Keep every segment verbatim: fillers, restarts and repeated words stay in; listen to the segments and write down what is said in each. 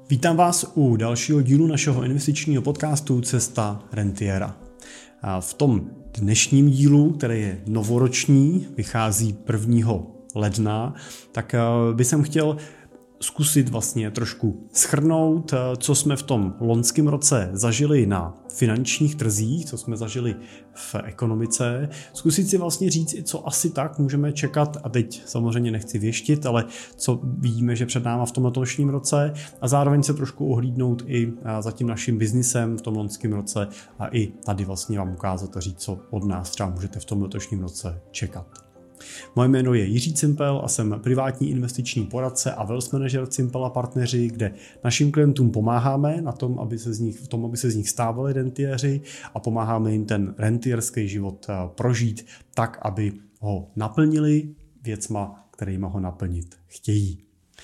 Vítám vás u dalšího dílu našeho investičního podcastu Cesta rentiera. V tom dnešním dílu, který je novoroční, vychází prvního ledna, tak bych jsem chtěl zkusit vlastně trošku shrnout, co jsme v tom loňském roce zažili na finančních trzích, co jsme zažili v ekonomice. Zkusit si vlastně říct, co asi tak můžeme čekat, a teď samozřejmě nechci věštit, ale co vidíme, že před náma v tom letošním roce, a zároveň se trošku ohlídnout i za tím naším biznisem v tom loňském roce a i tady vlastně vám ukázat a říct, co od nás třeba můžete v tom letošním roce čekat. Moje jméno je Jiří Cimpel a jsem privátní investiční poradce a wealth manager Cimpel a partneři, kde našim klientům pomáháme na tom, aby se z nich, v tom, aby se z nich stávali rentiéři, a pomáháme jim ten rentierský život prožít tak, aby ho naplnili věcma, kterýma ho naplnit chtějí.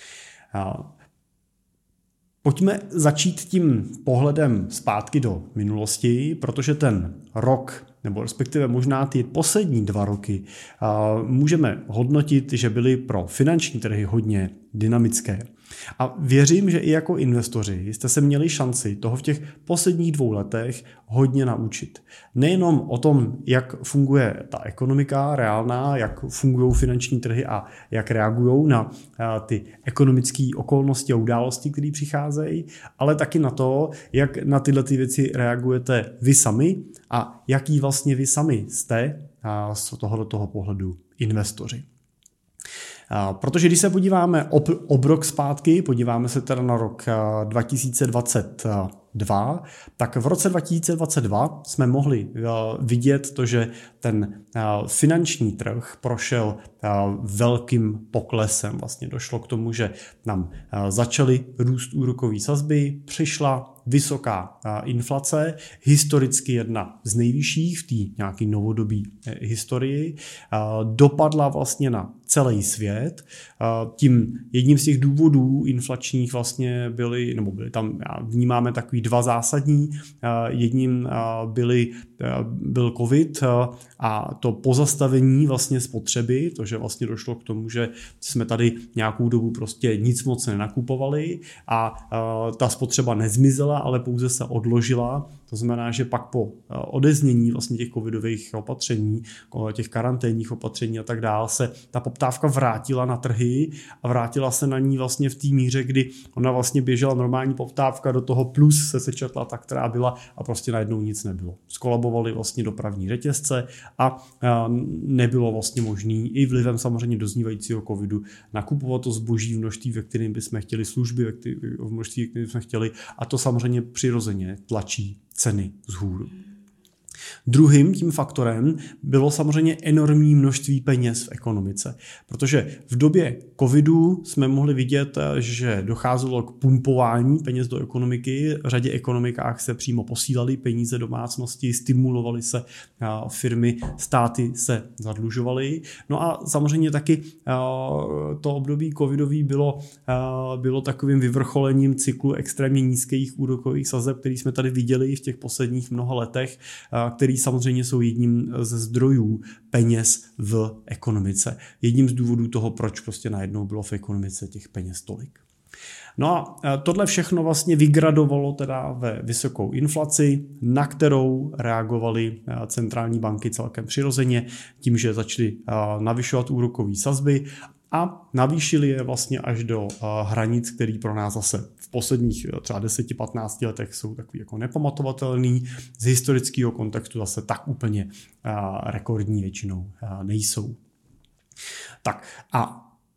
Pojďme začít tím pohledem zpátky do minulosti, protože ten rok, nebo respektive možná ty poslední dva roky, můžeme hodnotit, že byly pro finanční trhy hodně dynamické. A věřím, že i jako investoři jste se měli šanci toho v těch posledních dvou letech hodně naučit. Nejenom o tom, jak funguje ta ekonomika reálná, jak fungují finanční trhy a jak reagují na ty ekonomické okolnosti a události, které přicházejí, ale taky na to, jak na tyhle ty věci reagujete vy sami a jaký vlastně vy sami jste z tohoto toho pohledu investoři. Protože když se podíváme ob, ob rok zpátky, podíváme se teda na rok dva tisíce dvacet dva, tak v roce dva tisíce dvacet dva jsme mohli vidět to, že ten finanční trh prošel velkým poklesem. Vlastně došlo k tomu, že nám začaly růst úrokové sazby, přišla vysoká inflace, historicky jedna z nejvyšších v té nějaké novodobé historii, dopadla vlastně na celý svět. Tím jedním z těch důvodů inflačních vlastně byly, nebo byly tam, vnímáme takový dva zásadní. Jedním byly, byl covid a to pozastavení vlastně spotřeby, to, že vlastně došlo k tomu, že jsme tady nějakou dobu prostě nic moc nenakupovali a ta spotřeba nezmizela, ale pouze se odložila. To znamená, že pak po odeznění vlastně těch covidových opatření, těch karanténních opatření a tak dále, se ta poptávka vrátila na trhy a vrátila se na ní vlastně v té míře, kdy ona vlastně běžela normální poptávka, do toho plus se sečetla ta, která byla, a prostě najednou nic nebylo. Skolabovaly vlastně dopravní řetězce a nebylo vlastně možný i vlivem samozřejmě doznívajícího covidu nakupovat to zboží v množství, ve kterém bychom chtěli, služby v množství, ve kterém bychom chtěli, a to samozřejmě přirozeně tlačí ceny vzhůru. Druhým tím faktorem bylo samozřejmě enormní množství peněz v ekonomice, protože v době covidu jsme mohli vidět, že docházelo k pumpování peněz do ekonomiky. V řadě ekonomikách se přímo posílaly peníze domácnosti, stimulovaly se firmy, státy se zadlužovaly. No a samozřejmě taky to období covidový bylo, bylo takovým vyvrcholením cyklu extrémně nízkých úrokových sazeb, který jsme tady viděli v těch posledních mnoha letech, který samozřejmě jsou jedním ze zdrojů peněz v ekonomice. Jedním z důvodů toho, proč prostě najednou bylo v ekonomice těch peněz tolik. No a tohle všechno vlastně vygradovalo teda ve vysokou inflaci, na kterou reagovaly centrální banky celkem přirozeně tím, že začaly navyšovat úrokové sazby a navýšili je vlastně až do hranic, který pro nás zase v posledních třeba deset patnáct letech jsou takový jako nepamatovatelný. Z historického kontextu zase tak úplně rekordní většinou nejsou. Tak a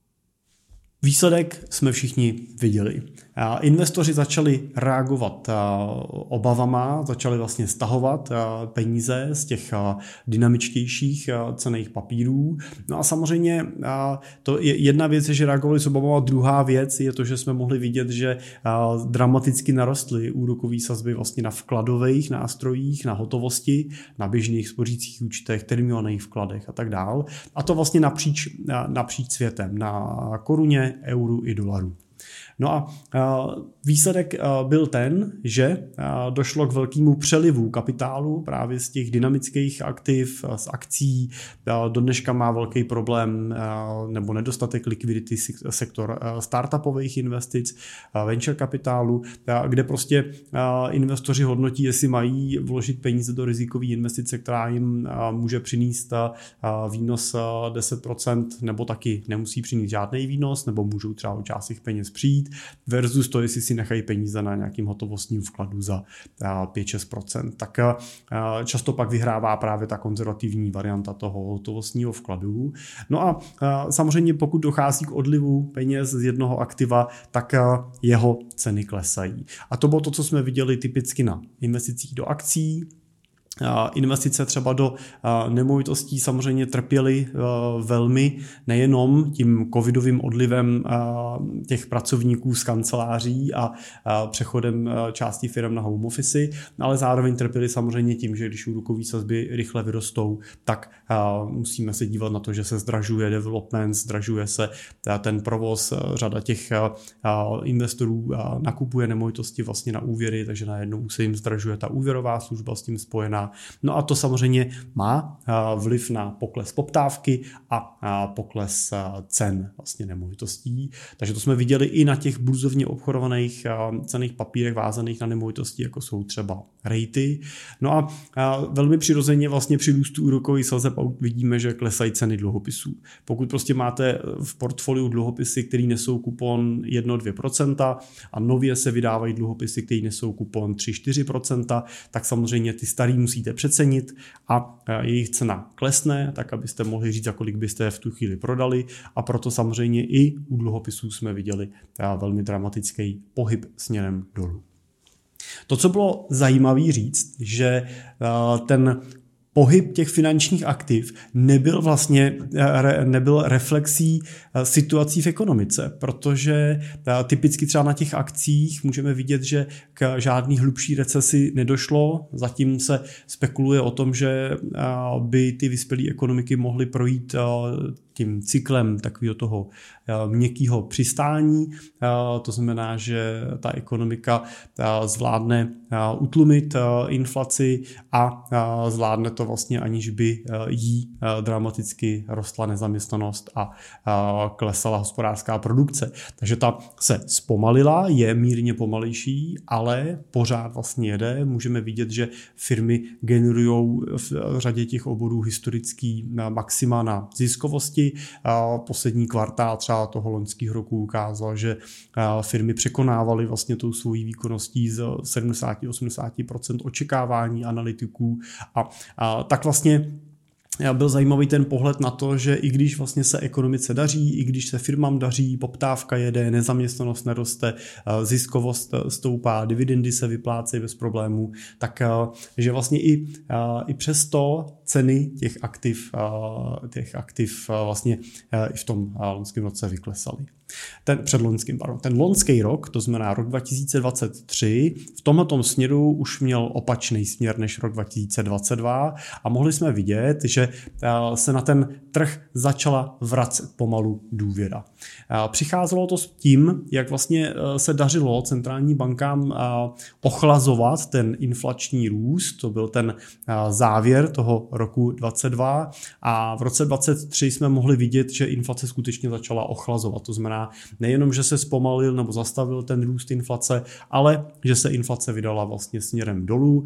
výsledek jsme všichni viděli. Investoři začali reagovat obavama, začali vlastně stahovat peníze z těch dynamičtějších cenných papírů. No a samozřejmě to je jedna věc, že reagovali s obavama, druhá věc je to, že jsme mohli vidět, že dramaticky narostly úrokové sazby vlastně na vkladových nástrojích, na hotovosti, na běžných spořících účtech, termínovaných vkladech a tak dál. A to vlastně napříč, napříč světem, na koruně, euru i dolaru. No a výsledek byl ten, že došlo k velkému přelivu kapitálu právě z těch dynamických aktiv, z akcí. Do dneška má velký problém nebo nedostatek likvidity sektor startupových investic, venture kapitálu, kde prostě investoři hodnotí, jestli mají vložit peníze do rizikové investice, která jim může přinést výnos deset procent, nebo taky nemusí přinést žádný výnos, nebo můžou třeba o část těch peněz přijít, versus to, jestli si nechají peníze na nějakým hotovostním vkladu za pět až šest procent. Tak často pak vyhrává právě ta konzervativní varianta toho hotovostního vkladu. No a samozřejmě pokud dochází k odlivu peněz z jednoho aktiva, tak jeho ceny klesají. A to bylo to, co jsme viděli typicky na investicích do akcí. Investice třeba do nemovitostí samozřejmě trpěly velmi nejenom tím covidovým odlivem těch pracovníků z kanceláří a přechodem části firm na home office, ale zároveň trpěly samozřejmě tím, že když úrokové sazby rychle vyrostou, tak musíme se dívat na to, že se zdražuje development, zdražuje se ten provoz, řada těch investorů nakupuje nemovitosti vlastně na úvěry, takže najednou se jim zdražuje ta úvěrová služba s tím spojená. No a to samozřejmě má vliv na pokles poptávky a pokles cen vlastně nemovitostí. Takže to jsme viděli i na těch burzovně obchodovaných cenných papírech vázaných na nemovitosti, jako jsou třeba rejty. No a velmi přirozeně vlastně při růstu úrokových sazeb vidíme, že klesají ceny dluhopisů. Pokud prostě máte v portfoliu dluhopisy, které nesou kupon jedna až dvě procenta a nově se vydávají dluhopisy, které nesou kupon tři až čtyři procenta, tak samozřejmě ty starý musíte přecenit a jejich cena klesne, tak abyste mohli říct, za kolik byste v tu chvíli prodali, a proto samozřejmě i u dluhopisů jsme viděli velmi dramatický pohyb směrem dolů. To, co bylo zajímavé říct, že ten pohyb těch finančních aktiv nebyl vlastně nebyl reflexí situací v ekonomice, protože typicky třeba na těch akcích můžeme vidět, že k žádný hlubší recesi nedošlo. Zatím se spekuluje o tom, že by ty vyspělé ekonomiky mohly projít tím cyklem takového toho měkkého přistání. To znamená, že ta ekonomika zvládne utlumit inflaci a zvládne to vlastně, aniž by jí dramaticky rostla nezaměstnanost a klesala hospodářská produkce. Takže ta se zpomalila, je mírně pomalejší, ale pořád vlastně jede. Můžeme vidět, že firmy generují v řadě těch oborů historický maxima na ziskovosti. Poslední kvartál třeba toho loňského roku ukázal, že firmy překonávaly vlastně tou svojí výkonností z sedmdesát až osmdesát procent očekávání analytiků a, a tak vlastně byl zajímavý ten pohled na to, že i když vlastně se ekonomice daří, i když se firmám daří, poptávka jede, nezaměstnanost neroste, ziskovost stoupá, dividendy se vyplácejí bez problémů, tak že vlastně i, i přesto ceny těch aktiv, těch aktiv vlastně i v tom loňském roce vyklesaly. Ten předloňským, pardon, ten loňský rok, to znamená rok dva tisíce dvacet tři, v tomto směru už měl opačný směr než rok dva tisíce dvacet dva a mohli jsme vidět, že se na ten trh začala vracet pomalu důvěra. Přicházelo to s tím, jak vlastně se dařilo centrálním bankám ochlazovat ten inflační růst, to byl ten závěr toho roku dvacet dva a v roce dvacet tři jsme mohli vidět, že inflace skutečně začala ochlazovat, to znamená nejenom, že se zpomalil nebo zastavil ten růst inflace, ale že se inflace vydala vlastně směrem dolů.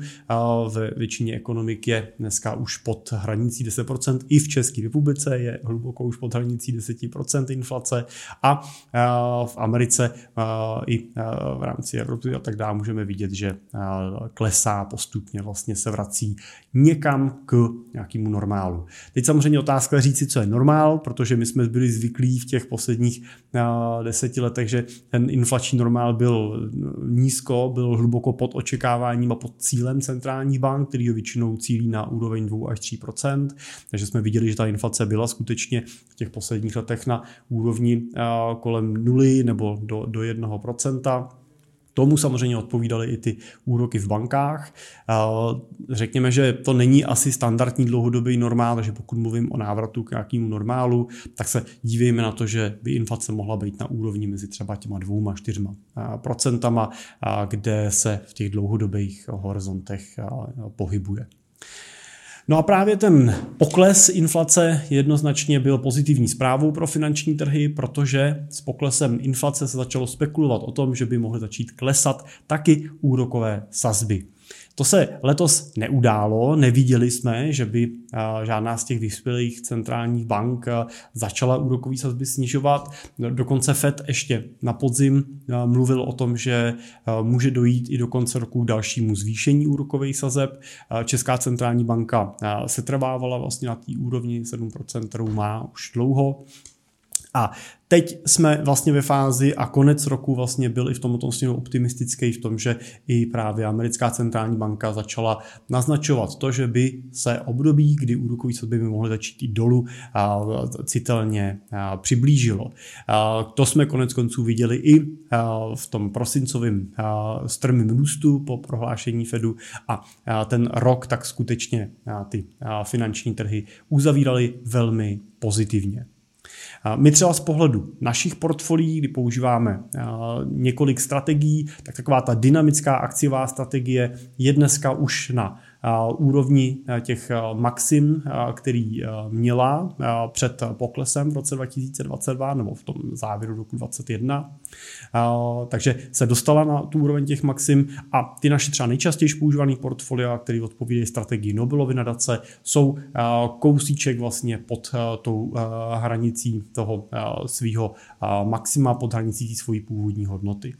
Ve většině ekonomik je dneska už pod hranicí deset procent, i v České republice je hluboko už pod hranicí deset procent inflace a v Americe i v rámci Evropy a tak dále můžeme vidět, že klesá postupně, vlastně se vrací někam k nějakému normálu. Teď samozřejmě otázka říct si, co je normál, protože my jsme byli zvyklí v těch posledních deseti letech, že ten inflační normál byl nízko, byl hluboko pod očekáváním a pod cílem centrálních bank, který ho většinou cílí na úroveň dva až tři procenta. Takže jsme viděli, že ta inflace byla skutečně v těch posledních letech na úrovni kolem nuly nebo do, do jednoho procenta. Tomu samozřejmě odpovídaly i ty úroky v bankách. Řekněme, že to není asi standardní dlouhodobý normál, takže pokud mluvím o návratu k nějakému normálu, tak se dívejme na to, že by inflace mohla být na úrovni mezi třeba těma dvouma, čtyřma procentama, kde se v těch dlouhodobých horizontech pohybuje. No a právě ten pokles inflace jednoznačně byl pozitivní zprávou pro finanční trhy, protože s poklesem inflace se začalo spekulovat o tom, že by mohly začít klesat taky úrokové sazby. To se letos neudálo, neviděli jsme, že by žádná z těch vyspělých centrálních bank začala úrokové sazby snižovat. Dokonce Fed ještě na podzim mluvil o tom, že může dojít i do konce roku k dalšímu zvýšení úrokových sazeb. Česká centrální banka se trvávala vlastně na té úrovni sedm procent, kterou má už dlouho. A teď jsme vlastně ve fázi a konec roku vlastně byl i v tomto směru optimistický v tom, že i právě americká centrální banka začala naznačovat to, že by se období, kdy úrokové sazby by mohly začít jít dolů, citelně přiblížilo. To jsme konec konců viděli i v tom prosincovém strmém růstu po prohlášení Fedu a ten rok tak skutečně ty finanční trhy uzavíraly velmi pozitivně. My třeba z pohledu našich portfolií, kdy používáme několik strategií, tak taková ta dynamická akciová strategie je dneska už na úrovni těch maxim, který měla před poklesem v roce dva tisíce dvacet dva nebo v tom závěru roku dvacet jedna. Takže se dostala na tu úroveň těch maxim a ty naše třeba nejčastěji používané portfolia, které odpovídají strategii Nobelovy nadace, jsou kousíček vlastně pod tou hranicí toho svého maxima, pod hranicí svojí původní hodnoty.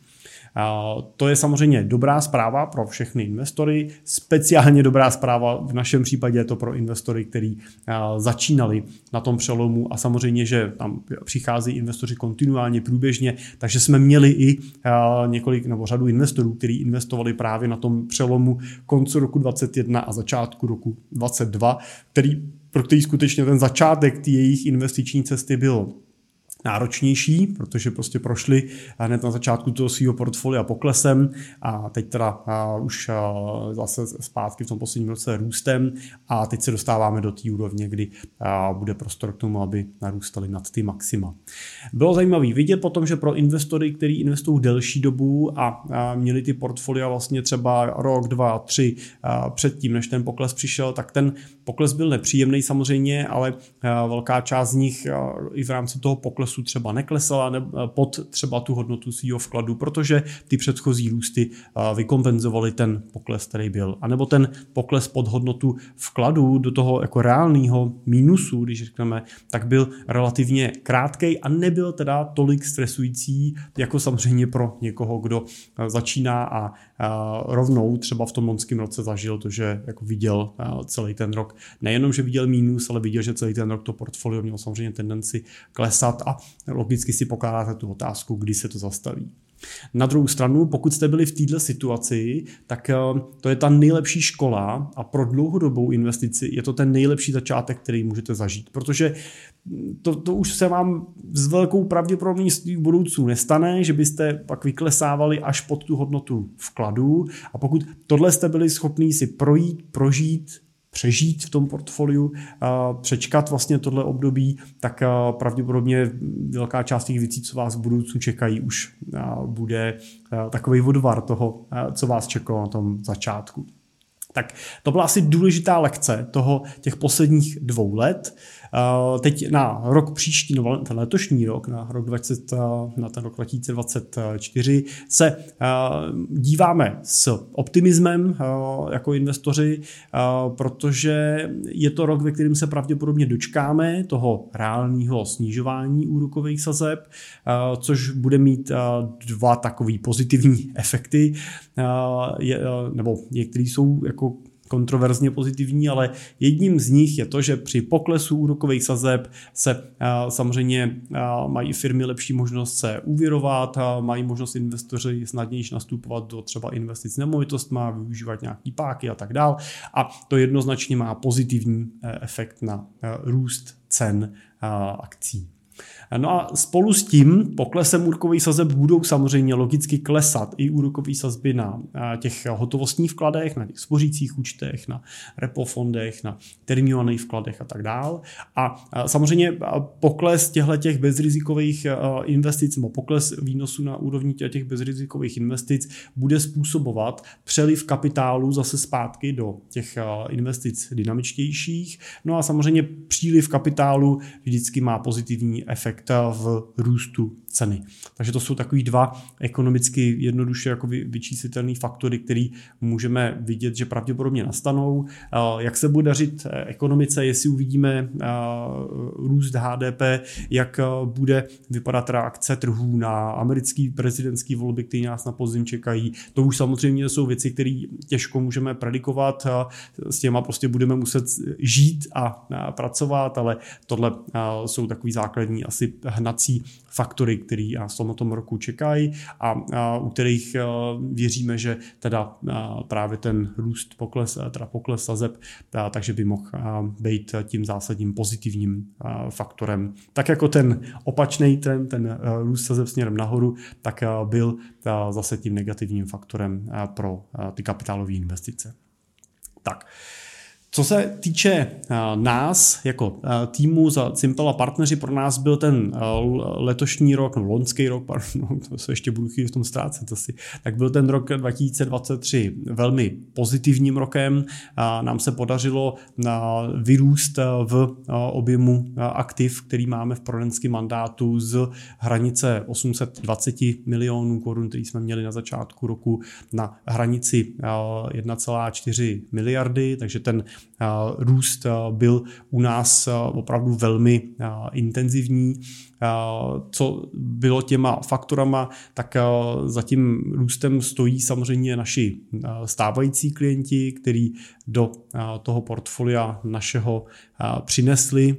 To je samozřejmě dobrá zpráva pro všechny investory, speciálně dobrá zpráva v našem případě je to pro investory, kteří začínali na tom přelomu a samozřejmě, že tam přichází investoři kontinuálně průběžně, takže jsme měli i několik nebo řadu investorů, kteří investovali právě na tom přelomu konce roku dvacet jedna a začátku roku dvacet dva, který, pro který skutečně ten začátek té jejich investiční cesty byl náročnější, protože prostě prošli hned na začátku toho svého portfolia poklesem a teď teda a už a zase zpátky v tom posledním roce růstem a teď se dostáváme do té úrovně, kdy a bude prostor k tomu, aby narůstali nad ty maxima. Bylo zajímavé vidět potom, že pro investory, kteří investují delší dobu a, a měli ty portfolia vlastně třeba rok, dva, tři předtím, než ten pokles přišel, tak ten pokles byl nepříjemný samozřejmě, ale velká část z nich i v rámci toho poklesu třeba neklesala ne, pod třeba tu hodnotu svého vkladu, protože ty předchozí růsty vykompenzovaly ten pokles, který byl. A nebo ten pokles pod hodnotu vkladu do toho jako reálného mínusu, když řekneme, tak byl relativně krátkej a nebyl teda tolik stresující, jako samozřejmě pro někoho, kdo začíná a, a rovnou třeba v tom loňském roce zažil to, že jako viděl celý ten rok. Nejenom, že viděl mínus, ale viděl, že celý ten rok to portfolio mělo samozřejmě tendenci klesat a logicky si pokládáte tu otázku, kdy se to zastaví. Na druhou stranu, pokud jste byli v této situaci, tak to je ta nejlepší škola a pro dlouhodobou investici je to ten nejlepší začátek, který můžete zažít, protože to, to už se vám s velkou pravděpodobností v budoucnu nestane, že byste pak vyklesávali až pod tu hodnotu vkladu a pokud tohle jste byli schopní si projít, prožít, přežít v tom portfoliu, přečkat vlastně tohle období, tak pravděpodobně velká část těch věcí, co vás v budoucnu čekají, už bude takový odvar toho, co vás čekalo na tom začátku. Tak to byla asi důležitá lekce toho těch posledních dvou let. Teď na rok příští, no ten letošní rok, na rok dvacet, na ten rok dva tisíce dvacet čtyři se díváme s optimismem jako investoři, protože je to rok, ve kterém se pravděpodobně dočkáme toho reálného snižování úrokových sazeb, což bude mít dva takové pozitivní efekty, nebo některé jsou jako kontroverzně pozitivní, ale jedním z nich je to, že při poklesu úrokových sazeb se samozřejmě mají firmy lepší možnost se úvěrovat, mají možnost investoři snadněji nastupovat do třeba investic nemovitostma, využívat nějaký páky a tak dál. A to jednoznačně má pozitivní efekt na růst cen akcí. No a spolu s tím poklesem úrokových sazeb budou samozřejmě logicky klesat i úrokové sazby na těch hotovostních vkladech, na těch spořících účtech, na repo fondech, na termínovaných vkladech a tak dál. A samozřejmě pokles těchto bezrizikových investic nebo pokles výnosů na úrovni těch bezrizikových investic bude způsobovat přeliv kapitálu zase zpátky do těch investic dynamičtějších. No a samozřejmě příliv kapitálu vždycky má pozitivní efekt v růstu ceny. Takže to jsou takový dva ekonomicky jednoduše jako vyčíslitelný faktory, které můžeme vidět, že pravděpodobně nastanou. Jak se bude dařit ekonomice, jestli uvidíme růst H D P, jak bude vypadat reakce trhů na americký prezidentský volby, které nás na podzim čekají. To už samozřejmě jsou věci, které těžko můžeme predikovat. S těma prostě budeme muset žít a pracovat, ale tohle jsou takový základní asi hnací faktory, který nás v tomto roku čekají a, a u kterých a, věříme, že teda a, právě ten růst pokles, teda pokles sazeb, a, takže by mohl a, být tím zásadním pozitivním a, faktorem. Tak jako ten opačný trend, ten a, růst sazeb směrem nahoru, tak a, byl a, zase tím negativním faktorem a, pro a, ty kapitálové investice. Tak. Co se týče nás jako týmu za Cimpel a partneři, pro nás byl ten letošní rok, no loňský rok, pardon, to se ještě budu chvíli v tom ztrácet asi, tak byl ten rok dva tisíce dvacet tři velmi pozitivním rokem. Nám se podařilo vyrůst v objemu aktiv, který máme v poradenském mandátu z hranice osm set dvacet milionů korun, který jsme měli na začátku roku, na hranici jedna celá čtyři miliardy, takže ten růst byl u nás opravdu velmi intenzivní. Co bylo těma faktorama, tak za tím růstem stojí samozřejmě naši stávající klienti, kteří do toho portfolia našeho přinesli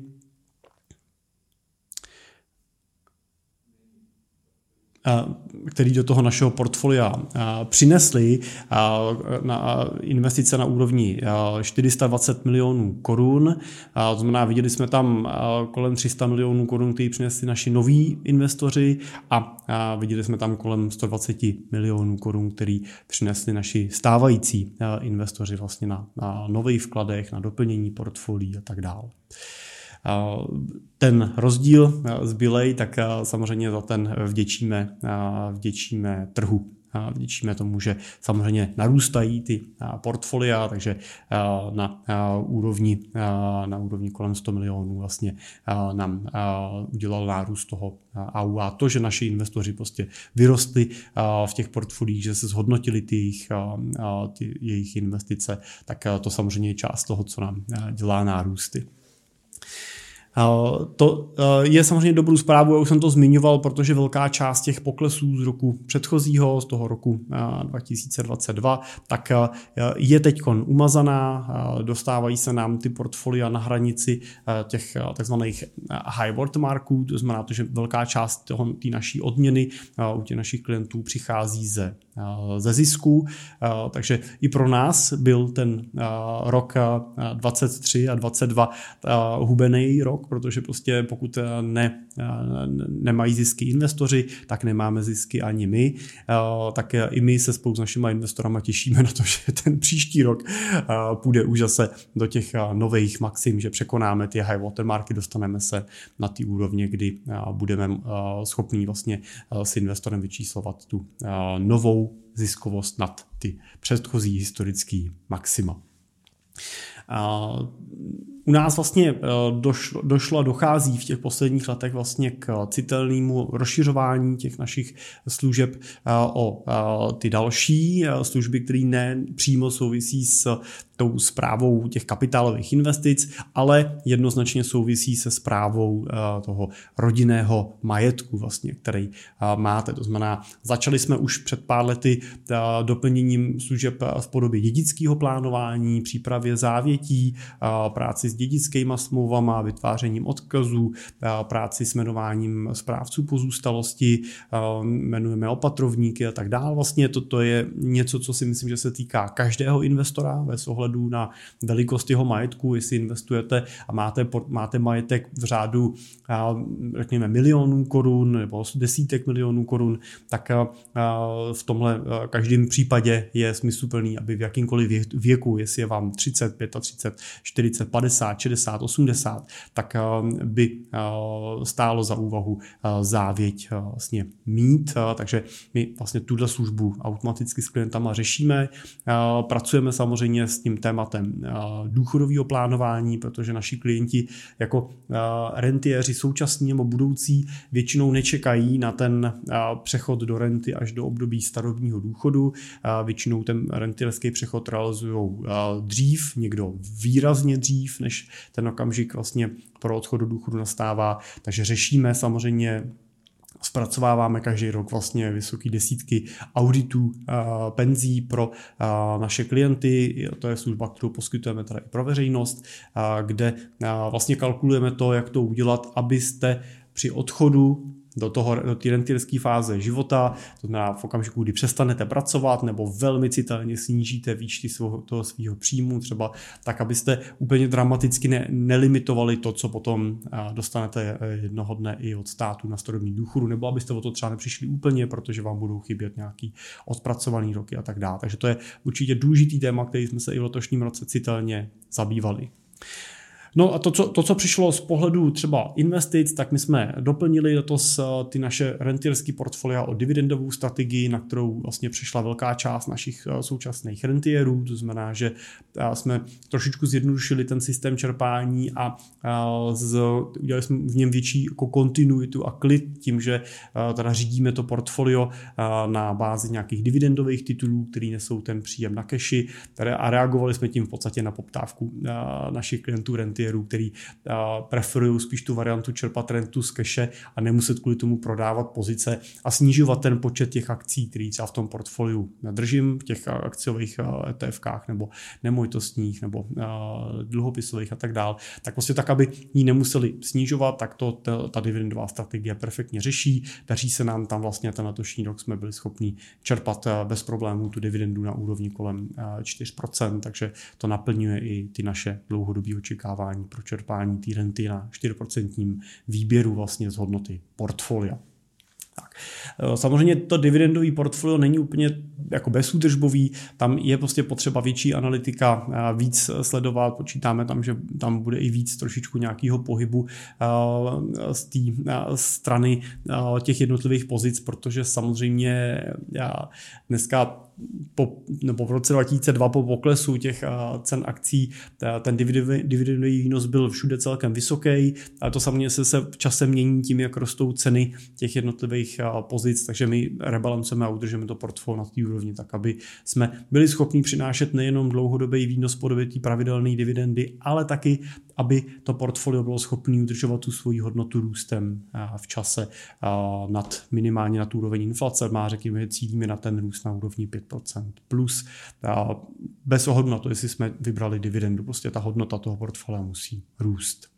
který do toho našeho portfolia přinesli na investice na úrovni čtyři sta dvacet milionů korun. To znamená, viděli jsme tam kolem tři sta milionů korun, který přinesli naši noví investoři a viděli jsme tam kolem sto dvacet milionů korun, který přinesli naši stávající investoři vlastně na, na nových vkladech, na doplnění portfolií a tak dále. Ten rozdíl zbylej, tak samozřejmě za ten vděčíme, vděčíme trhu. Vděčíme tomu, že samozřejmě narůstají ty portfolia, takže na úrovni, na úrovni kolem sto milionů vlastně nám udělal nárůst toho A U A. To, že naši investoři prostě vyrostli v těch portfoliích, že se zhodnotili ty jejich, ty jejich investice, tak to samozřejmě je část toho, co nám dělá nárůsty. To je samozřejmě dobrou zprávu, já už jsem to zmiňoval, protože velká část těch poklesů z roku předchozího, z toho roku dva tisíce dvacet dva, tak je teďkon umazaná, dostávají se nám ty portfolia na hranici těch takzvaných high watermarků, to znamená to, že velká část toho, té naší odměny u těch našich klientů přichází ze, ze zisku, takže i pro nás byl ten rok dvacet tři a dvacet dva hubený rok, protože prostě pokud ne, nemají zisky investoři, tak nemáme zisky ani my, tak i my se spolu s našimi investorama těšíme na to, že ten příští rok půjde už zase do těch nových maxim, že překonáme ty high watermarky, dostaneme se na ty úrovně, kdy budeme schopní vlastně s investorem vyčíslovat tu novou ziskovost nad ty předchozí historické maxima. U nás vlastně došlo, došlo a dochází v těch posledních letech vlastně k citelnému rozšiřování těch našich služeb o ty další služby, které ne přímo souvisí s tou správou těch kapitálových investic, ale jednoznačně souvisí se správou toho rodinného majetku, vlastně, který máte. To znamená, začali jsme už před pár lety doplněním služeb v podobě dědického plánování, přípravě závětí, práci s dědickýma smlouvama, vytvářením odkazů, práci s jmenováním správců pozůstalosti, jmenujeme opatrovníky a tak dále. Vlastně toto je něco, co si myslím, že se týká každého investora bez ohledu na velikost jeho majetku. Jestli investujete a máte, máte majetek v řádu, řekněme, milionů korun nebo desítek milionů korun, tak v tomhle každém případě je smysluplný, aby v jakýmkoliv věku, jestli je vám třicet, třicet pět, čtyřicet, padesát, šedesát, osmdesát, tak by stálo za úvahu závěť vlastně mít. Takže my vlastně tuhle službu automaticky s klientama řešíme. Pracujeme samozřejmě s tím tématem důchodového plánování, protože naši klienti jako rentiéři současní nebo budoucí většinou nečekají na ten přechod do renty až do období starobního důchodu. Většinou ten rentierský přechod realizují dřív, někdo výrazně dřív, než ten okamžik vlastně pro odchod do důchodu nastává. Takže řešíme samozřejmě, zpracováváme každý rok vlastně vysoké desítky auditů uh, penzí pro uh, naše klienty. To je služba, kterou poskytujeme teda i pro veřejnost, uh, kde uh, vlastně kalkulujeme to, jak to udělat, abyste při odchodu do toho, do té rentierské fáze života, to znamená v okamžiku, kdy přestanete pracovat nebo velmi citelně snížíte výšky svého, toho svého příjmu, třeba tak, abyste úplně dramaticky ne, nelimitovali to, co potom dostanete jednoho dne i od státu na starobní důchodu, nebo abyste o to třeba nepřišli úplně, protože vám budou chybět nějaký odpracovaný roky a tak dále. Takže to je určitě důležitý téma, který jsme se i v letošním roce citelně zabývali. No a to co, to, co přišlo z pohledu třeba investic, tak my jsme doplnili letos ty naše rentierské portfolia o dividendovou strategii, na kterou vlastně přišla velká část našich současných rentierů, to znamená, že jsme trošičku zjednodušili ten systém čerpání a z, udělali jsme v něm větší jako kontinuitu a klid tím, že teda řídíme to portfolio na bázi nějakých dividendových titulů, který nesou ten příjem na keši, a reagovali jsme tím v podstatě na poptávku našich klientů rentierů, který preferují spíš tu variantu čerpat rentu z keše a nemuset kvůli tomu prodávat pozice a snižovat ten počet těch akcí, který třeba v tom portfoliu držím, v těch akciových E T F kách nebo nemovitostních nebo dluhopisových a tak dále. Tak prostě tak, aby ji nemuseli snižovat, tak to ta, ta dividendová strategie perfektně řeší. Daří se nám tam vlastně ten letošní rok jsme byli schopni čerpat bez problémů tu dividendu na úrovni kolem čtyři procenta, takže to naplňuje i ty naše dlouhodobé očekávání pro čerpání té renty na čtyři procenta výběru vlastně z hodnoty portfolia. Tak. Samozřejmě to dividendový portfolio není úplně jako bezúdržbový, tam je prostě potřeba větší analytika, víc sledovat, počítáme tam, že tam bude i víc trošičku nějakého pohybu z té strany těch jednotlivých pozic, protože samozřejmě dneska po, nebo v roce dva tisíce dva po poklesu těch cen akcí ten dividendový výnos byl všude celkem vysoký, ale to samozřejmě se, se v čase mění tím, jak rostou ceny těch jednotlivých pozic, takže my rebalancujeme a udržíme to portfolio na té úrovni tak, aby jsme byli schopni přinášet nejenom dlouhodobý výnos podobě té pravidelné dividendy, ale taky, aby to portfolio bylo schopné udržovat tu svoji hodnotu růstem v čase nad minimálně na tu úroveň inflace. Má, řekněme, že cílíme na ten růst na úrovni pět procent plus. Bez ohledu na to, jestli jsme vybrali dividendu, prostě ta hodnota toho portfolia musí růst.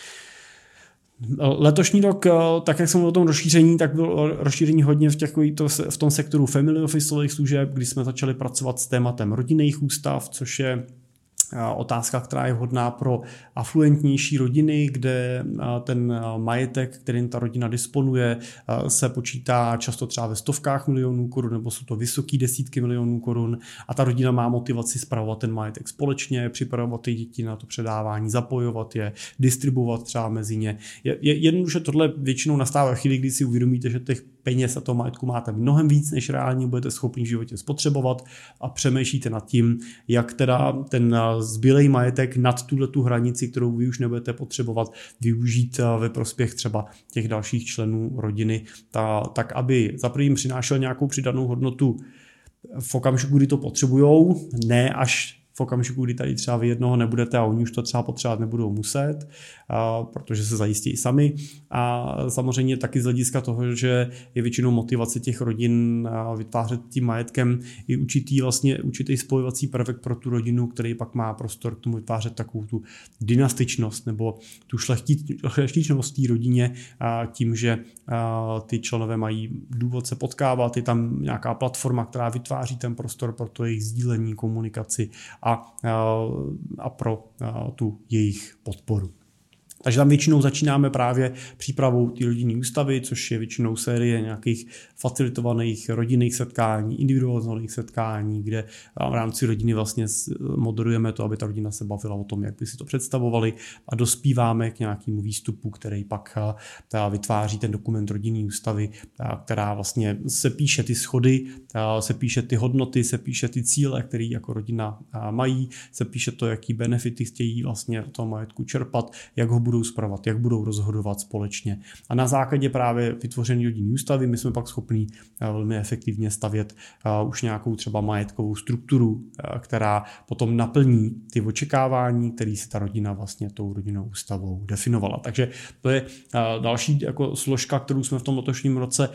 Letošní rok, tak jak jsem o tom rozšíření, tak bylo rozšíření hodně v, těch, v tom sektoru family officeových služeb, kdy jsme začali pracovat s tématem rodinných ústav, což je otázka, která je vhodná pro afluentnější rodiny, kde ten majetek, kterým ta rodina disponuje, se počítá často třeba ve stovkách milionů korun, nebo jsou to vysoké desítky milionů korun a ta rodina má motivaci spravovat ten majetek společně, připravovat ty děti na to předávání, zapojovat je, distribuovat třeba mezi ně. Je, je, jednoduše tohle většinou nastává chvíli, kdy si uvědomíte, že těch peněz a toho majetku máte mnohem víc, než reálně budete schopni v životě spotřebovat a přemýšlíte nad tím, jak teda ten zbylej majetek nad tuhletu hranici, kterou vy už nebudete potřebovat, využít ve prospěch třeba těch dalších členů rodiny, ta, tak aby za prvním přinášel nějakou přidanou hodnotu v okamžiku, kdy to potřebujou, ne až v okamžiku, kdy tady třeba vy jednoho nebudete a oni už to třeba potřebovat nebudou muset, protože se zajistí sami. A samozřejmě taky z hlediska toho, že je většinou motivace těch rodin vytvářet tím majetkem i určitý, vlastně, určitý spojovací prvek pro tu rodinu, který pak má prostor k tomu vytvářet takovou tu dynastičnost nebo tu šlechtičnost té rodině tím, že ty členové mají důvod se potkávat, je tam nějaká platforma, která vytváří ten prostor pro to jejich sdílení, komunikaci a, a pro tu jejich podporu. Takže tam většinou začínáme právě přípravou té rodinné ústavy, což je většinou série nějakých facilitovaných rodinných setkání, individualizovaných setkání, kde v rámci rodiny vlastně moderujeme to, aby ta rodina se bavila o tom, jak by si to představovali a dospíváme k nějakému výstupu, který pak vytváří ten dokument rodinné ústavy, která vlastně se píše ty schody, se píše ty hodnoty, se píše ty cíle, které jako rodina mají, se píše to, jaký benefity chtějí vlastně toho majetku čerpat, jak ho budou spravovat, jak budou rozhodovat společně. A na základě právě vytvořené rodinné ústavy my jsme pak schopní velmi efektivně stavět už nějakou třeba majetkovou strukturu, která potom naplní ty očekávání, které si ta rodina vlastně tou rodinnou ústavou definovala. Takže to je další jako složka, kterou jsme v tom letošním roce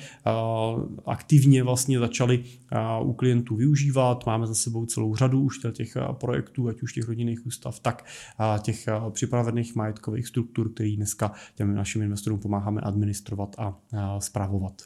aktivně vlastně začali u klientů využívat. Máme za sebou celou řadu už těch projektů, ať už těch rodinných ústav, tak těch připravených majetkových struktur, který dneska těm našim investorům pomáháme administrovat a spravovat.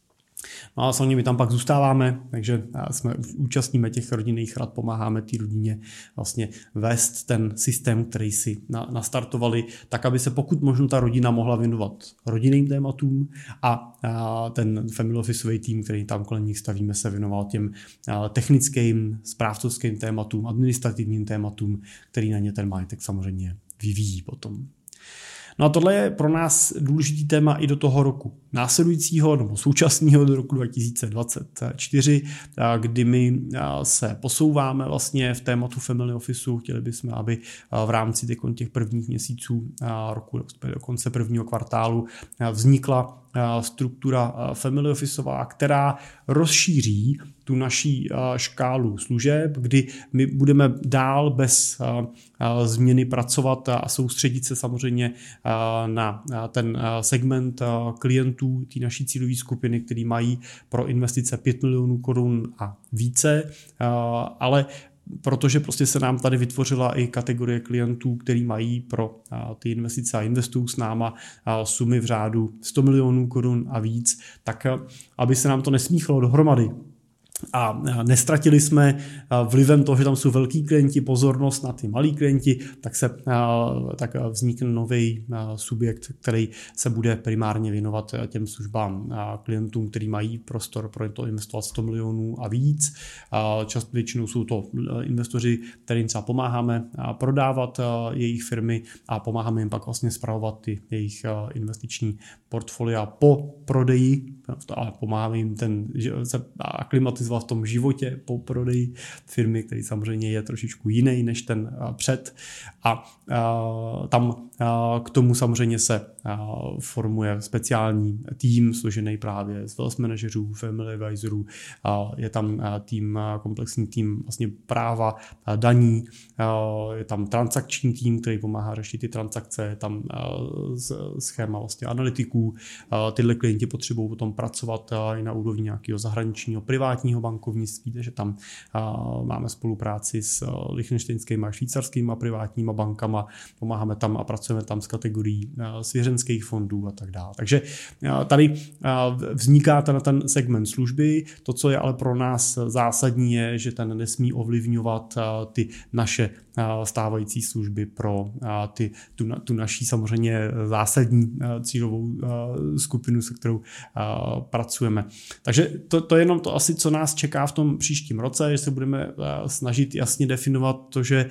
No a samozřejmě my tam pak zůstáváme, takže jsme účastníme těch rodinných rad, pomáháme té rodině vlastně vést ten systém, který si na, nastartovali, tak aby se pokud možno ta rodina mohla věnovat rodinným tématům a, a ten family officeový tým, který tam kolem nich stavíme, se věnoval těm technickým, správcovským tématům, administrativním tématům, který na ně ten majetek samozřejmě vyvíjí potom. No a tohle je pro nás důležitý téma i do toho roku následujícího nebo současného do roku dva tisíce dvacet čtyři, kdy my se posouváme vlastně v tématu family officeu. Chtěli bychom, aby v rámci těch prvních měsíců roku, do konce prvního kvartálu vznikla struktura family officeová, která rozšíří tu naší škálu služeb, kdy my budeme dál bez změny pracovat a soustředit se samozřejmě na ten segment klientů té naší cílové skupiny, který mají pro investice pět milionů korun a více, ale protože prostě se nám tady vytvořila i kategorie klientů, který mají pro ty investice a investují s náma sumy v řádu sto milionů korun a víc, tak aby se nám to nesmíchalo dohromady a nestratili jsme vlivem toho, že tam jsou velký klienti, pozornost na ty malí klienti, tak se tak vznikne nový subjekt, který se bude primárně věnovat těm službám klientům, který mají prostor pro to investovat sto milionů a víc. Často většinou jsou to investoři, kterým třeba pomáháme prodávat jejich firmy a pomáháme jim pak vlastně spravovat ty jejich investiční portfolia po prodeji a pomáháme jim ten, se aklimatizovat v tom životě po prodeji firmy, který samozřejmě je trošičku jiný než ten před. A, a tam a k tomu samozřejmě se a, formuje speciální tým složený právě z wealth manažerů, family advisorů, a je tam a, tým, a, komplexní tým vlastně práva, a, daní, a, je tam transakční tým, který pomáhá řešit ty transakce, je tam a, schéma vlastně analytiků. A, tyhle klienti potřebují potom pracovat a, i na úrovni nějakého zahraničního privátního bankovnictví, takže tam a, máme spolupráci s lichtenštejnskými a švýcarskými privátníma bankama, pomáháme tam a pracujeme tam s kategorií a, svěřenských fondů a tak dále. Takže a, tady a, vzniká ten, ten segment služby. To, co je ale pro nás zásadní, je, že ten nesmí ovlivňovat a, ty naše a, stávající služby pro a, ty, tu, tu naší samozřejmě zásadní a, cílovou a, skupinu, se kterou a, pracujeme. Takže to, to je jenom to asi, co nás čeká v tom příštím roce, že se budeme snažit jasně definovat to, že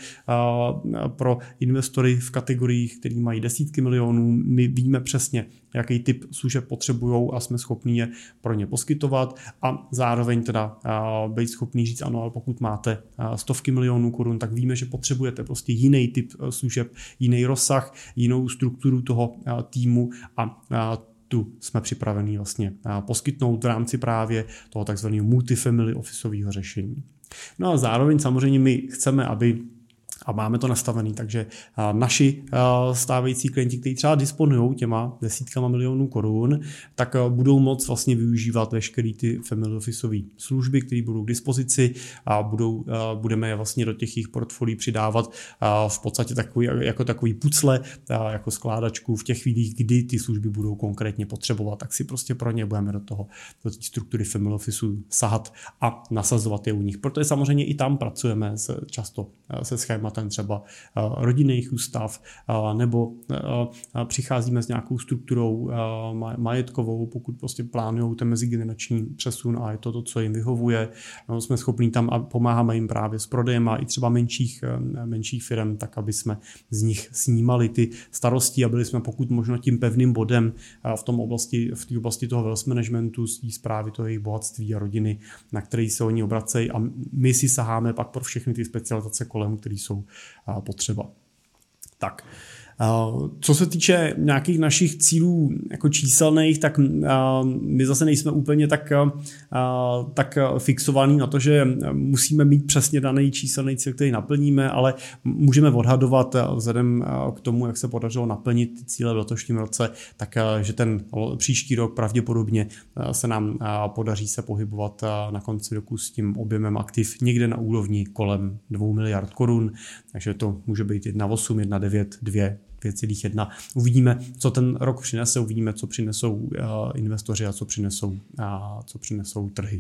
pro investory v kategoriích, který mají desítky milionů, my víme přesně, jaký typ služeb potřebují a jsme schopni je pro ně poskytovat a zároveň teda být schopný říct, ano, ale pokud máte stovky milionů korun, tak víme, že potřebujete prostě jiný typ služeb, jiný rozsah, jinou strukturu toho týmu a tu jsme připraveni vlastně poskytnout v rámci právě toho takzvaného multifamily officeového řešení. No a zároveň samozřejmě my chceme, aby A máme to nastavený, takže naši stávající klienti, kteří třeba disponují těma desítkama milionů korun, tak budou moct vlastně využívat veškerý ty family officeové služby, které budou k dispozici a budou, budeme je vlastně do těch jejich portfolií přidávat v podstatě takový, jako takový pucle, jako skládačku v těch chvílích, kdy ty služby budou konkrétně potřebovat, tak si prostě pro ně budeme do toho, do té struktury family officeu sahat a nasazovat je u nich. Protože samozřejmě i tam pracujeme se, často se schématem třeba rodinných ústav, nebo přicházíme s nějakou strukturou majetkovou, pokud prostě plánují ten mezigenerační přesun a je to to, co jim vyhovuje. No, jsme schopní tam a pomáháme jim právě s prodejem a i třeba menších, menších firm, tak aby jsme z nich snímali ty starosti a byli jsme pokud možno tím pevným bodem v tom oblasti, v té oblasti toho wealth managementu, z té správy toho jejich bohatství a rodiny, na který se oni obracejí a my si saháme pak pro všechny ty specializace kolem, které jsou potřeba. Tak. Co se týče nějakých našich cílů jako číselných, tak my zase nejsme úplně tak, tak fixovaní na to, že musíme mít přesně daný číselný cíl, který naplníme, ale můžeme odhadovat vzhledem k tomu, jak se podařilo naplnit ty cíle v letošním roce, tak že ten příští rok pravděpodobně se nám podaří se pohybovat na konci roku s tím objemem aktiv někde na úrovni kolem dvou miliard korun, takže to může být jedna celá osm, jedna celá devět, dva, dvě celá jedna. Uvidíme, co ten rok přinese, uvidíme, co přinesou uh, investoři a co přinesou, uh, co přinesou trhy.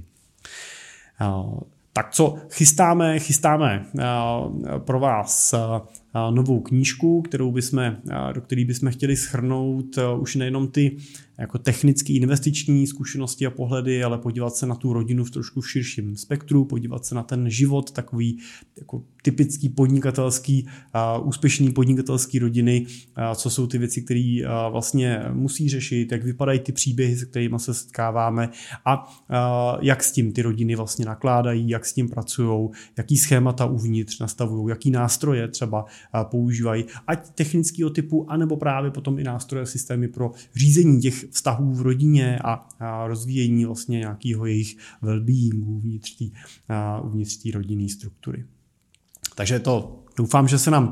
Uh, tak co chystáme? Chystáme uh, pro vás uh, novou knížku, kterou bychom, uh, do které bychom chtěli shrnout uh, už nejenom ty jako technické investiční zkušenosti a pohledy, ale podívat se na tu rodinu v trošku širším spektru, podívat se na ten život, takový jako typický podnikatelský, uh, úspěšný podnikatelský rodiny, uh, co jsou ty věci, které uh, vlastně musí řešit, jak vypadají ty příběhy, se kterými se setkáváme a uh, jak s tím ty rodiny vlastně nakládají, jak s tím pracují, jaký schémata uvnitř nastavují, jaký nástroje třeba uh, používají, ať technického typu, anebo právě potom i nástroje, systémy pro řízení těch vztahů v rodině a, a rozvíjení vlastně nějakého jejich well-beingu uvnitř té uvnitř té rodinné struktury. Takže to doufám, že se nám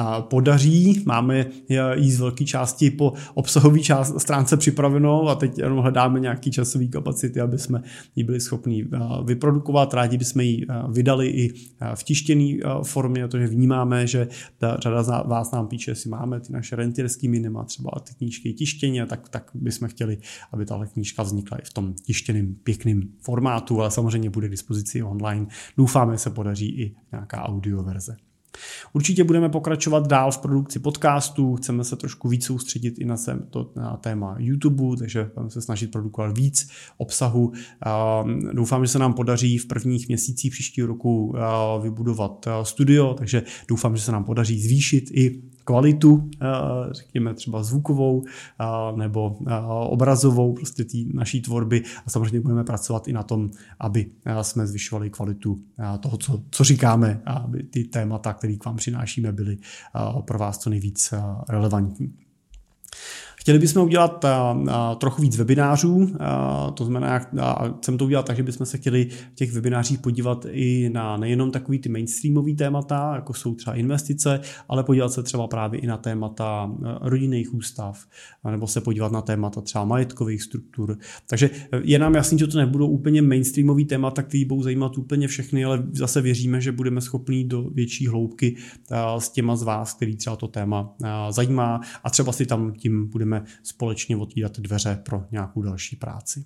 podaří. Máme jí z velké části po obsahové část, stránce připravenou a teď jenom hledáme nějaké časové kapacity, aby jsme ji byli schopni vyprodukovat. Rádi bychom ji vydali i v tištěné formě, protože vnímáme, že ta řada z vás nám píše, jestli máme ty naše rentierský minima, třeba ty knížky tištěně, tak, tak bychom chtěli, aby tahle knížka vznikla i v tom tištěném pěkném formátu, ale samozřejmě bude k dispozici online. Doufáme, že se podaří i nějaká audio verze. Určitě budeme pokračovat dál v produkci podcastů, chceme se trošku víc soustředit i na, sem, to, na téma YouTube, takže budeme se snažit produkovat víc obsahu. Doufám, že se nám podaří v prvních měsících příštího roku vybudovat studio, takže doufám, že se nám podaří zvýšit i kvalitu, řekněme třeba zvukovou nebo obrazovou prostě té naší tvorby a samozřejmě budeme pracovat i na tom, aby jsme zvyšovali kvalitu toho, co, co říkáme a aby ty témata, které k vám přinášíme, byly pro vás co nejvíc relevantní. Chtěli bychom udělat a, a, trochu víc webinářů, a, to znamená, a chcem to udělat tak, že bychom se chtěli v těch webinářích podívat i na nejenom takový ty mainstreamový témata, jako jsou třeba investice, ale podívat se třeba právě i na témata rodinných ústav, nebo se podívat na témata třeba majetkových struktur. Takže je nám jasný, že to nebudou úplně mainstreamový témata, které budou zajímat úplně všechny, ale zase věříme, že budeme schopni do větší hloubky a, s těma z vás, který třeba to téma a, zajímá a třeba si tam tím budeme společně otvírat dveře pro nějakou další práci.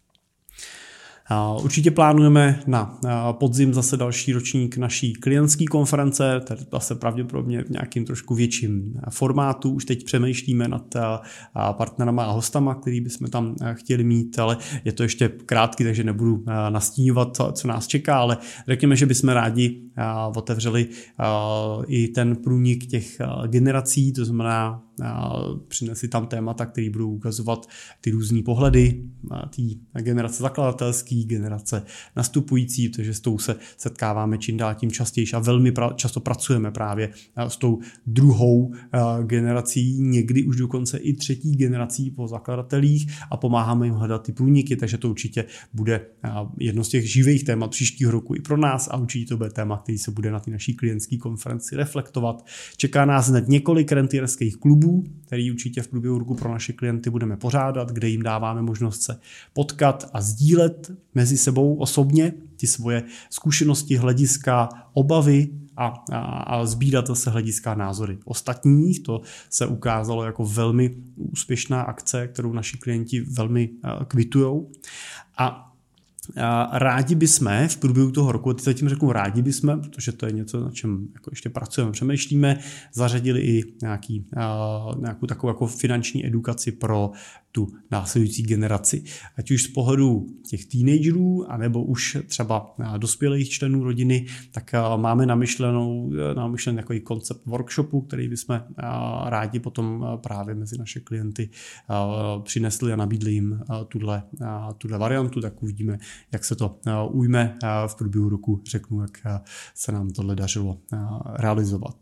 Určitě plánujeme na podzim zase další ročník naší klientské konference, tedy zase pravděpodobně v nějakým trošku větším formátu. Už teď přemýšlíme nad partnerama a hostama, který bychom tam chtěli mít, ale je to ještě krátký, takže nebudu nastíňovat, co nás čeká, ale řekněme, že bychom rádi otevřeli i ten průnik těch generací, to znamená přinesli tam témata, které budou ukazovat ty různé pohledy, té generace zakladatelský, generace nastupující, takže s tou se setkáváme čím dál tím častěji a velmi pra, často pracujeme právě s tou druhou generací, někdy už dokonce i třetí generací po zakladatelích a pomáháme jim hledat ty průniky, takže to určitě bude jedno z těch živých témat příštího roku i pro nás a určitě to bude téma, který se bude na té naší klientské konferenci reflektovat. Čeká nás hned několik rentierských klubů, který určitě v průběhu roku pro naše klienty budeme pořádat, kde jim dáváme možnost se potkat a sdílet mezi sebou osobně ty svoje zkušenosti, hlediska, obavy a, a, a sbírat zase hlediska názory ostatních. To se ukázalo jako velmi úspěšná akce, kterou naši klienti velmi kvitujou. A rádi bychom v průběhu toho roku, teď zatím řeknu rádi bychom, protože to je něco, na čem jako ještě pracujeme, přemýšlíme, zařadili i nějaký, nějakou takovou jako finanční edukaci pro tu následující generaci. Ať už z pohledu těch teenagerů, anebo už třeba dospělých členů rodiny, tak máme namyšlenou, namyšlený takový koncept workshopu, který bychom rádi potom právě mezi naše klienty přinesli a nabídli jim tuhle, tuhle variantu, tak uvidíme, jak se to ujme v průběhu roku, řeknu, jak se nám tohle dařilo realizovat.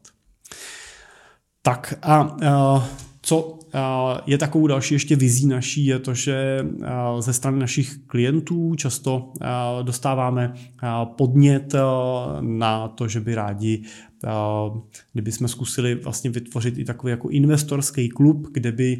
Tak a co je takovou další ještě vizí naší, je to, že ze strany našich klientů často dostáváme podnět na to, že by rádi, kdyby jsme zkusili vlastně vytvořit i takový jako investorský klub, kde by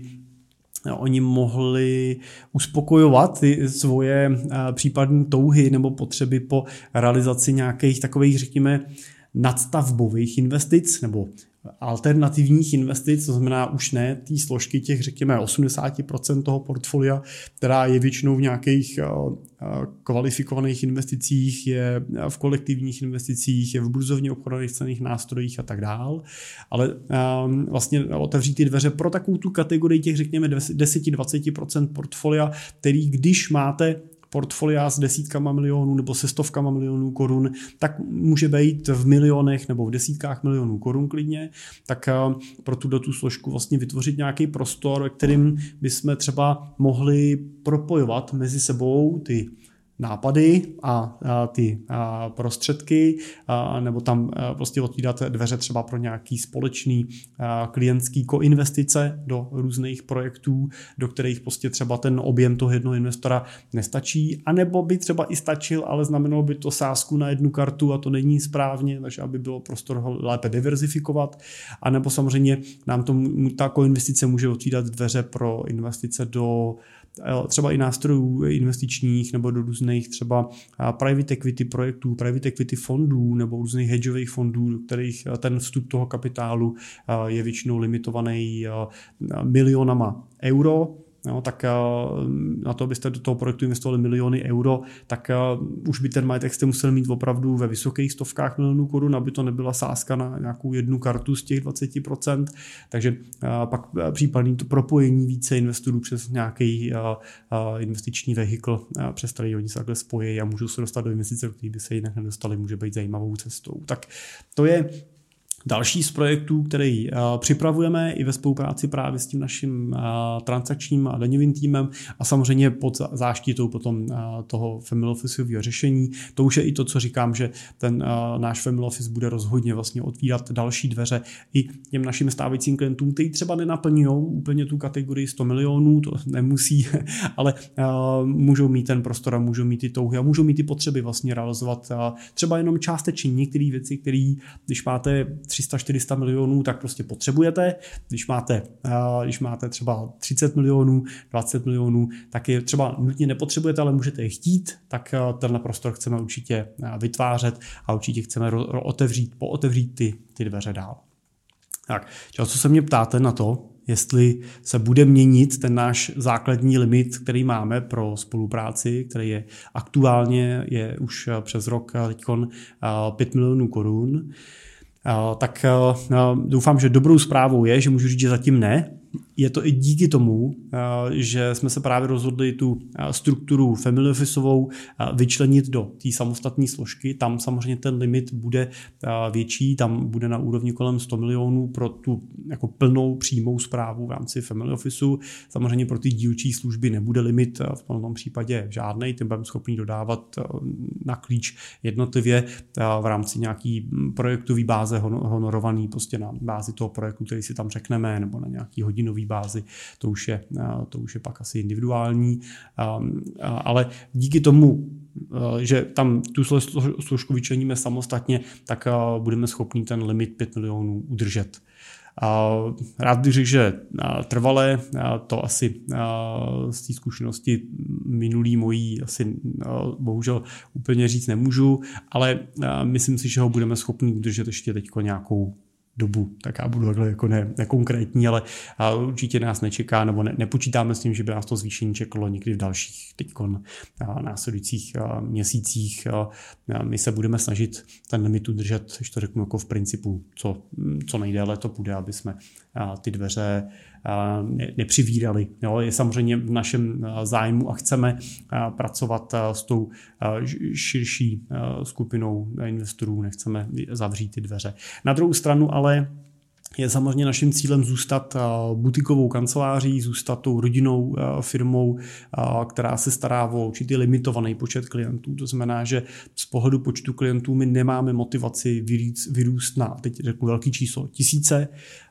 oni mohli uspokojovat ty svoje případné touhy nebo potřeby po realizaci nějakých takových, řekněme, nadstavbových investic nebo alternativních investic, to znamená už ne té složky těch, řekněme, osmdesát procent toho portfolia, která je většinou v nějakých kvalifikovaných investicích, je v kolektivních investicích, je v burzovně obchodovaných cenných nástrojích a tak dál, ale vlastně otevřít ty dveře pro takovou tu kategorii těch, řekněme, deset až dvacet procent portfolia, který když máte portfolia s desítkama milionů nebo se stovkama milionů korun, tak může být v milionech nebo v desítkách milionů korun klidně, tak pro tuto tu složku vlastně vytvořit nějaký prostor, ve kterým bychom třeba mohli propojovat mezi sebou ty nápady a, a ty a prostředky, a, nebo tam a, prostě otvírat dveře třeba pro nějaký společný a, klientský koinvestice do různých projektů, do kterých prostě třeba ten objem toho jednoho investora nestačí, anebo by třeba i stačil, ale znamenalo by to sázku na jednu kartu a to není správně, takže aby bylo prostor ho lépe diverzifikovat, anebo samozřejmě nám to, ta koinvestice může otvírat dveře pro investice do třeba i nástrojů investičních nebo do různých třeba private equity projektů, private equity fondů nebo různých hedžových fondů, do kterých ten vstup toho kapitálu je většinou limitovaný milionama euro. No, tak na to, abyste do toho projektu investovali miliony euro, tak už by ten majetek jste museli mít opravdu ve vysokých stovkách milionů korun, aby to nebyla sázka na nějakou jednu kartu z těch dvacet procent. Takže pak případný to propojení více investorů přes nějaký investiční vehikl, přes který oni se takhle spojí a můžou se dostat do investice, do kterých by se jinak nedostali, může být zajímavou cestou. Tak to je další z projektů, který uh, připravujeme i ve spolupráci právě s tím naším uh, transakčním a daňovým týmem a samozřejmě pod záštitou potom uh, toho family officeového řešení. To už je i to, co říkám, že ten uh, náš family office bude rozhodně vlastně otvírat další dveře i těm našim stávajícím klientům, kteří třeba nenaplňují úplně tu kategorii sto milionů, to nemusí, ale uh, můžou mít ten prostor a můžou mít ty touhy a můžou mít ty potřeby vlastně realizovat uh, třeba jenom částečně některé věci, které, když máte tři sta čtyři sta milionů, tak prostě potřebujete. Když máte, když máte třeba třicet milionů, dvacet milionů, tak je třeba nutně nepotřebujete, ale můžete je chtít, tak tenhle prostor chceme určitě vytvářet a určitě chceme otevřít, pootevřít ty, ty dveře dál. Tak, často se mě ptáte na to, jestli se bude měnit ten náš základní limit, který máme pro spolupráci, který je aktuálně je už přes rok teďkon pět milionů korun. Tak doufám, že dobrou zprávou je, že můžu říct, že zatím ne. je to i díky tomu, že jsme se právě rozhodli tu strukturu family officeovou vyčlenit do té samostatné složky. Tam samozřejmě ten limit bude větší, tam bude na úrovni kolem sto milionů pro tu jako plnou přímou správu v rámci family officeu. Samozřejmě pro ty dílčí služby nebude limit v tom případě žádnej, tím budeme schopni dodávat na klíč jednotlivě v rámci nějaký projektový báze honorovaný prostě na bázi toho projektu, který si tam řekneme, nebo na nějaký hodinový bázi, to už je, to už je pak asi individuální, ale díky tomu, že tam tu složku vyčleníme samostatně, tak budeme schopni ten limit pět milionů udržet. Rád bych řekl, že trvalé, to asi z té zkušenosti minulý mojí asi bohužel úplně říct nemůžu, ale myslím si, že ho budeme schopni udržet ještě teďko nějakou dobu, tak já budu takhle jako ne, nekonkrétní, ale určitě nás nečeká, nebo ne, nepočítáme s tím, že by nás to zvýšení čekalo někdy v dalších teďkon následujících měsících. My se budeme snažit ten limit udržet, když to řeknu jako v principu, co, co nejdéle to půjde, aby jsme ty dveře nepřivírali. Jo, je samozřejmě v našem zájmu a chceme pracovat s tou širší skupinou investorů, nechceme zavřít ty dveře. Na druhou stranu ale je samozřejmě naším cílem zůstat butikovou kanceláří, zůstat tou rodinnou firmou, která se stará o určitý limitovaný počet klientů. To znamená, že z pohledu počtu klientů my nemáme motivaci vyrůst na, teď řeknu velký číslo, tisíce,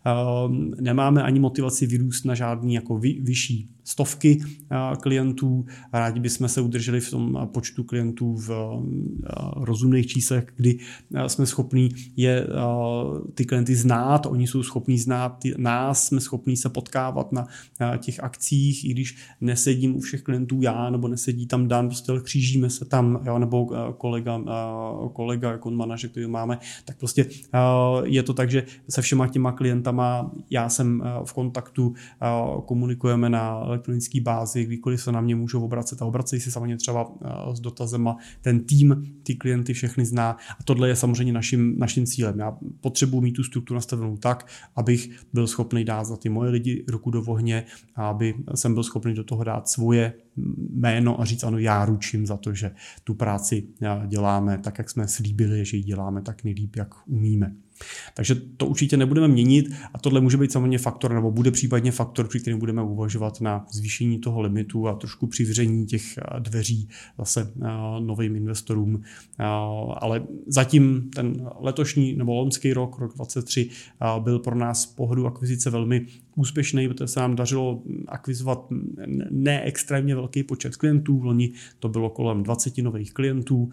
nemáme ani motivaci vyrůst na žádný jako vy, vyšší stovky klientů. Rádi bychom se udrželi v tom počtu klientů v rozumných číslech, kdy jsme schopní je ty klienty znát, oni jsou schopní znát nás, jsme schopní se potkávat na těch akcích, i když nesedím u všech klientů já, nebo nesedí tam Dan, prostě křížíme se tam, jo, nebo kolega, kolega jako manažer, který máme, tak prostě je to tak, že se všema těma klientama já jsem v kontaktu, komunikujeme na elektronické bázi, kdykoliv se na mě můžou obracet a obracejí si samozřejmě třeba s dotazema. Ten tým ty klienty všechny zná a tohle je samozřejmě naším, naším cílem. Já potřebuji mít tu strukturu nastavenou tak, abych byl schopný dát za ty moje lidi ruku do ohně a aby jsem byl schopný do toho dát svoje jméno a říct ano, já ručím za to, že tu práci děláme tak, jak jsme slíbili, že ji děláme tak nejlíp, jak umíme. Takže to určitě nebudeme měnit a tohle může být samozřejmě faktor, nebo bude případně faktor, při kterém budeme uvažovat na zvýšení toho limitu a trošku přivření těch dveří zase novým investorům. Ale zatím ten letošní nebo loňský rok, rok dvacet tři, byl pro nás z pohledu akvizice velmi úspěšný, protože se nám dařilo akvizovat ne extrémně velký počet klientů. V loni to bylo kolem dvacet nových klientů,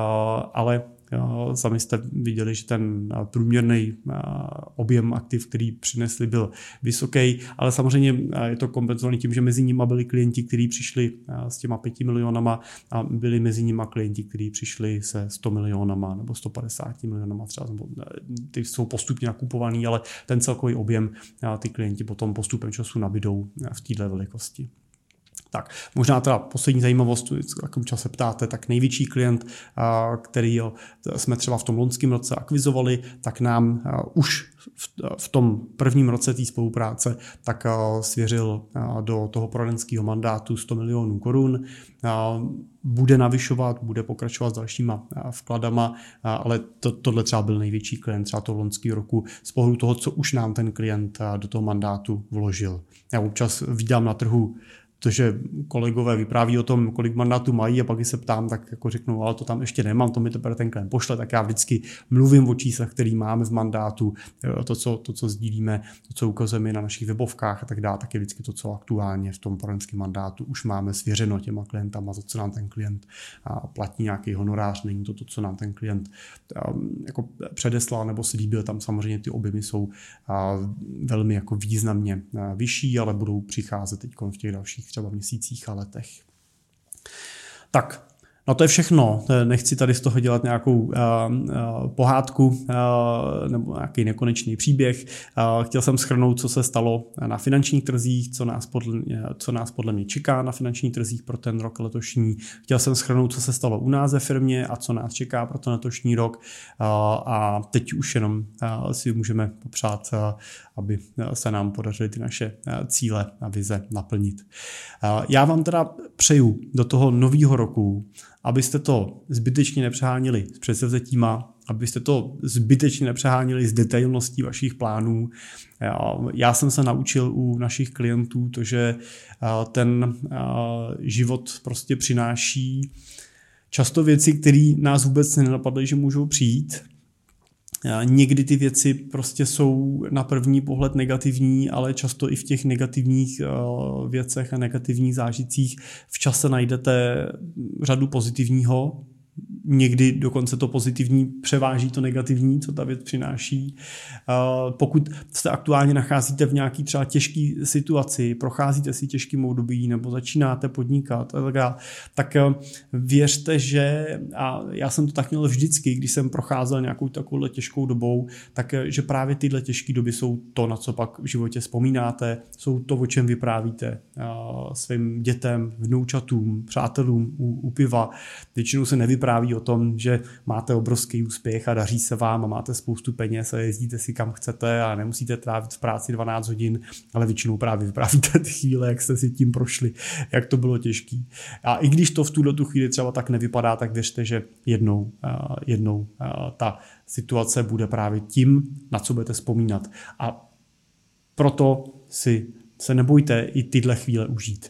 ale sami jste viděli, že ten průměrný objem aktiv, který přinesli, byl vysoký, ale samozřejmě je to kompenzovaný tím, že mezi nimi byli klienti, kteří přišli s těma pěti milionama a byli mezi nimi klienti, kteří přišli se sto milionama nebo sto padesáti milionama třeba, nebo ty jsou postupně nakupovaný, ale ten celkový objem ty klienti potom postupem času nabydou v této velikosti. Tak, možná teda poslední zajímavost, v jakém čase ptáte, tak největší klient, který jsme třeba v tom loňském roce akvizovali, tak nám už v tom prvním roce té spolupráce tak svěřil do toho poradenského mandátu sto milionů korun. Bude navyšovat, bude pokračovat s dalšíma vkladama, ale to, tohle třeba byl největší klient třeba toho loňského roku z pohledu toho, co už nám ten klient do toho mandátu vložil. Já občas vidím na trhu, protože kolegové vypráví o tom, kolik mandátů mají a pak když se ptám, tak jako řeknu, ale to tam ještě nemám, to mi teprve ten klient pošle, tak já vždycky mluvím o číslech, který máme v mandátu, to, co, to, co sdílíme, to, co ukazujeme na našich webovkách a tak dále, tak je vždycky to, co aktuálně v tom poradenském mandátu už máme svěřeno těma klientama, za co nám ten klient platí nějaký honorář, není to to, co nám ten klient jako předeslal nebo slíbil, tam samozřejmě ty objemy jsou velmi jako významně vyšší, ale budou přicházet teď v těch dalších třeba měsících a letech. Tak, No to je všechno. Nechci tady z toho dělat nějakou uh, uh, pohádku uh, nebo nějaký nekonečný příběh. Uh, chtěl jsem shrnout, co se stalo na finančních trzích, co nás, podle, co nás podle mě čeká na finančních trzích pro ten rok letošní. Chtěl jsem shrnout, co se stalo u nás ve firmě a co nás čeká pro ten letošní rok. Uh, a teď už jenom uh, si můžeme popřát, uh, aby se nám podařily ty naše uh, cíle a vize naplnit. Uh, já vám teda přeju do toho nového roku, abyste to zbytečně nepřehánili s předsevzetíma, abyste to zbytečně nepřehánili s detailností vašich plánů. Já jsem se naučil u našich klientů to, že ten život prostě přináší často věci, které nás vůbec nenapadly, že můžou přijít. Někdy ty věci prostě jsou na první pohled negativní, ale často i v těch negativních věcech a negativních zážitcích v čase najdete řadu pozitivního. Někdy dokonce to pozitivní převáží to negativní, co ta věc přináší. Pokud se aktuálně nacházíte v nějaký třeba těžké situaci, procházíte si těžkým období nebo začínáte podnikat, tak věřte, že, a já jsem to tak měl vždycky, když jsem procházel nějakou takovou těžkou dobou, tak že právě tyhle těžké doby jsou to, na co pak v životě vzpomínáte, jsou to, o čem vyprávíte svým dětem, vnoučatům, přátelům u, u piva. Většinou se nevypráví o tom, že máte obrovský úspěch a daří se vám a máte spoustu peněz a jezdíte si kam chcete a nemusíte trávit v práci dvanáct hodin, ale většinou právě vyprávíte ty chvíle, jak jste si tím prošli, jak to bylo těžký. A i když to v tuhle tu chvíli třeba tak nevypadá, tak věřte, že jednou, jednou ta situace bude právě tím, na co budete vzpomínat. A proto si se nebojte i tyhle chvíle užít.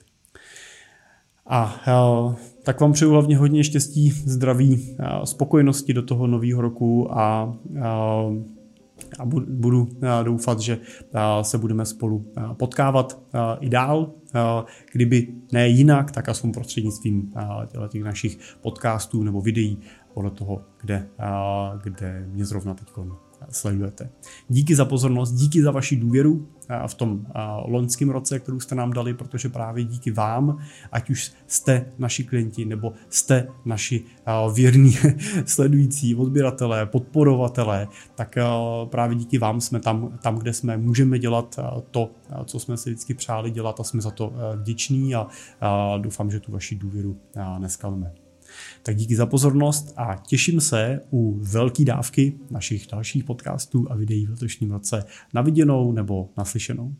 A tak vám přeju hlavně hodně štěstí, zdraví, spokojenosti do toho nového roku a, a budu doufat, že se budeme spolu potkávat i dál. Kdyby ne jinak, tak aspoň prostřednictvím těch našich podcastů nebo videí podle toho, kde, kde mě zrovna teď sledujete. Díky za pozornost, díky za vaši důvěru v tom loňském roce, kterou jste nám dali, protože právě díky vám, ať už jste naši klienti nebo jste naši věrní sledující, odběratelé, podporovatelé, tak právě díky vám jsme tam, tam, kde jsme, můžeme dělat to, co jsme si vždycky přáli dělat a jsme za to vděční a doufám, že tu vaši důvěru neskalme. Tak díky za pozornost a těším se u velké dávky našich dalších podcastů a videí v letošním roce na viděnou nebo naslyšenou.